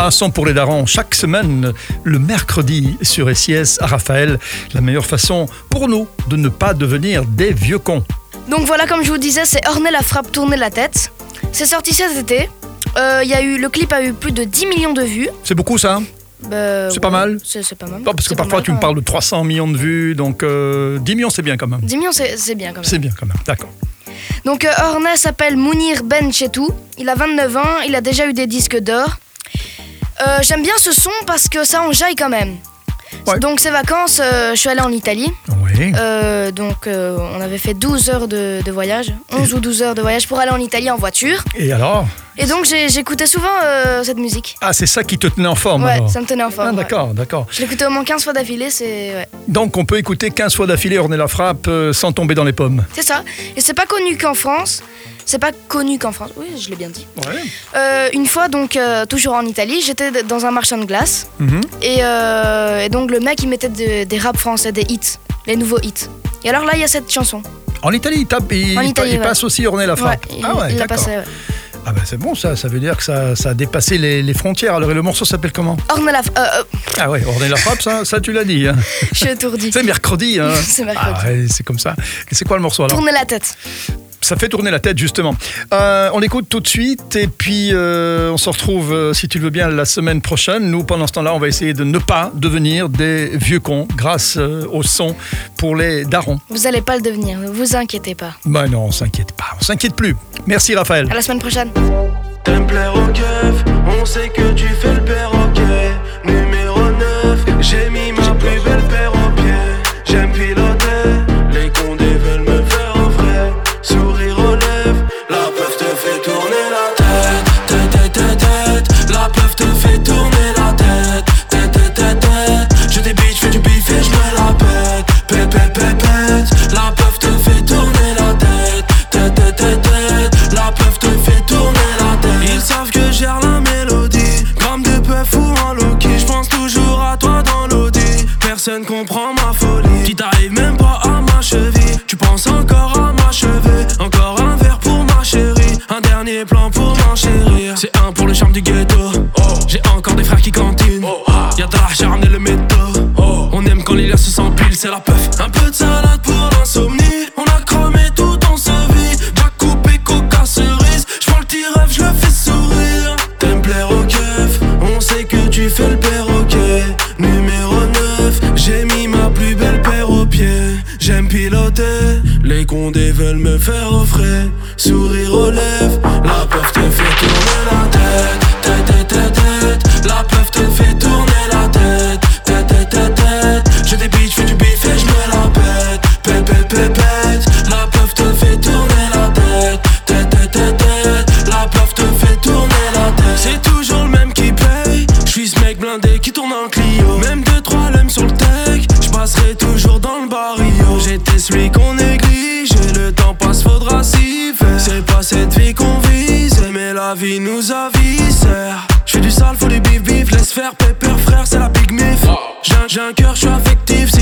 Un son pour les darons chaque semaine, le mercredi sur SIS à Raphaël. La meilleure façon pour nous de ne pas devenir des vieux cons. Donc voilà, comme je vous disais, c'est Ornella la frappe tourner la tête. C'est sorti cet été. Le clip a eu plus de 10 millions de vues. C'est beaucoup ça? C'est pas mal. C'est pas mal. Non, parce que parfois tu me parles de 300 millions de vues, donc 10 millions c'est bien quand même. 10 millions c'est bien quand même. C'est bien quand même, d'accord. Donc Ornella s'appelle Mounir Ben Chetou. Il a 29 ans, il a déjà eu des disques d'or. J'aime bien ce son parce que ça enjaille quand même. Ouais. Donc ces vacances, je suis allée en Italie. Oui. On avait fait 12 heures de voyage, 11 ou 12 heures de voyage pour aller en Italie en voiture. Et alors? Et donc j'écoutais souvent cette musique. Ah, c'est ça qui te tenait en forme? Ouais, alors. ça me tenait en forme. Ah, d'accord, d'accord. Je l'écoutais au moins 15 fois d'affilée, ouais. Donc on peut écouter 15 fois d'affilée Ornella la frappe sans tomber dans les pommes. C'est ça. Et c'est pas connu qu'en France. Oui, je l'ai bien dit. Ouais. Une fois, donc, toujours en Italie, j'étais dans un marchand de glace. Et donc, le mec, il mettait des raps français, des hits, les nouveaux hits. Et alors là, il y a cette chanson. En Italie, il passe aussi Ornella la frappe. Ouais, il l'a passé, ouais. Ah ben c'est bon ça veut dire que ça a dépassé les frontières. Alors et le morceau s'appelle comment? Ornella Ah ouais, Ornella la frappe, ça tu l'as dit. Hein. Je suis étourdie. C'est mercredi. Hein. C'est mercredi. Ah ouais, c'est comme ça. Et c'est quoi le morceau alors? Tourner la tête. Ça fait tourner la tête justement. On l'écoute tout de suite et puis on se retrouve, si tu le veux bien, la semaine prochaine. Nous, pendant ce temps-là, on va essayer de ne pas devenir des vieux cons grâce au son pour les darons. Vous n'allez pas le devenir, ne vous inquiétez pas. Ben non, on s'inquiète pas, on s'inquiète plus. Merci Raphaël. À la semaine prochaine. T'aimes plaire au keuf, on sait que tu fais le perroquet. Numéro 9, j'ai mis ma plus belle paire aux pieds. J'aime piloter, les condés veulent me faire un vrai sourire aux lèvres. La peuf te fait tourner la tête. La peuf te fait tourner la tête. Je débite, fais du bif et je me la pète. La peuf te fait tourner la tête. La peuf te fait tourner la tête. Ils savent que gère la mélodie. Gramme de peuf ou en Loki. J'pense toujours à toi dans l'audi. Personne comprend ma folie. Tu t'arrives même pas à ma cheville. Tu penses encore à ma cheveux. Encore un verre pour ma chérie. Un dernier plan pour m'enchérir. C'est un pour le charme du ghetto. J'ai encore des frères qui cantinent. Y'a de la j'ai ramené le métaux. On aime quand les liens se s'empilent, c'est la peuf. Un peu de salade pour l'insomnie. On a cramé tout en se vie. Jack coupé, coca, cerise. J'prends le petit rêve, je le fais sourire. T'aimes plaire au keuf, on sait que tu fais le perroquet. Numéro 9, j'ai mis ma plus belle paire aux pieds. J'aime piloter, les condés veulent me faire au frais. Sourire aux lèvres, la peuf te fait tourner la tête. La peuf te fait tourner la tête. Je débite, je fais du bif et je me la pète. La peuf te fait tourner la tête. La peuf te fait tourner la tête. C'est toujours le même qui paye. J'suis ce mec blindé qui tourne en Clio. Même 2-3 lemmes sur le tech, j'passerai toujours dans le barrio. J'étais celui qu'on néglige et le temps passe, faudra s'y faire. C'est pas cette vie qu'on vise, mais la vie nous avise. J'fais du sale, faut du bif, laisse faire, pépère frère, c'est la big mif. J'ai un cœur, j'suis affectif,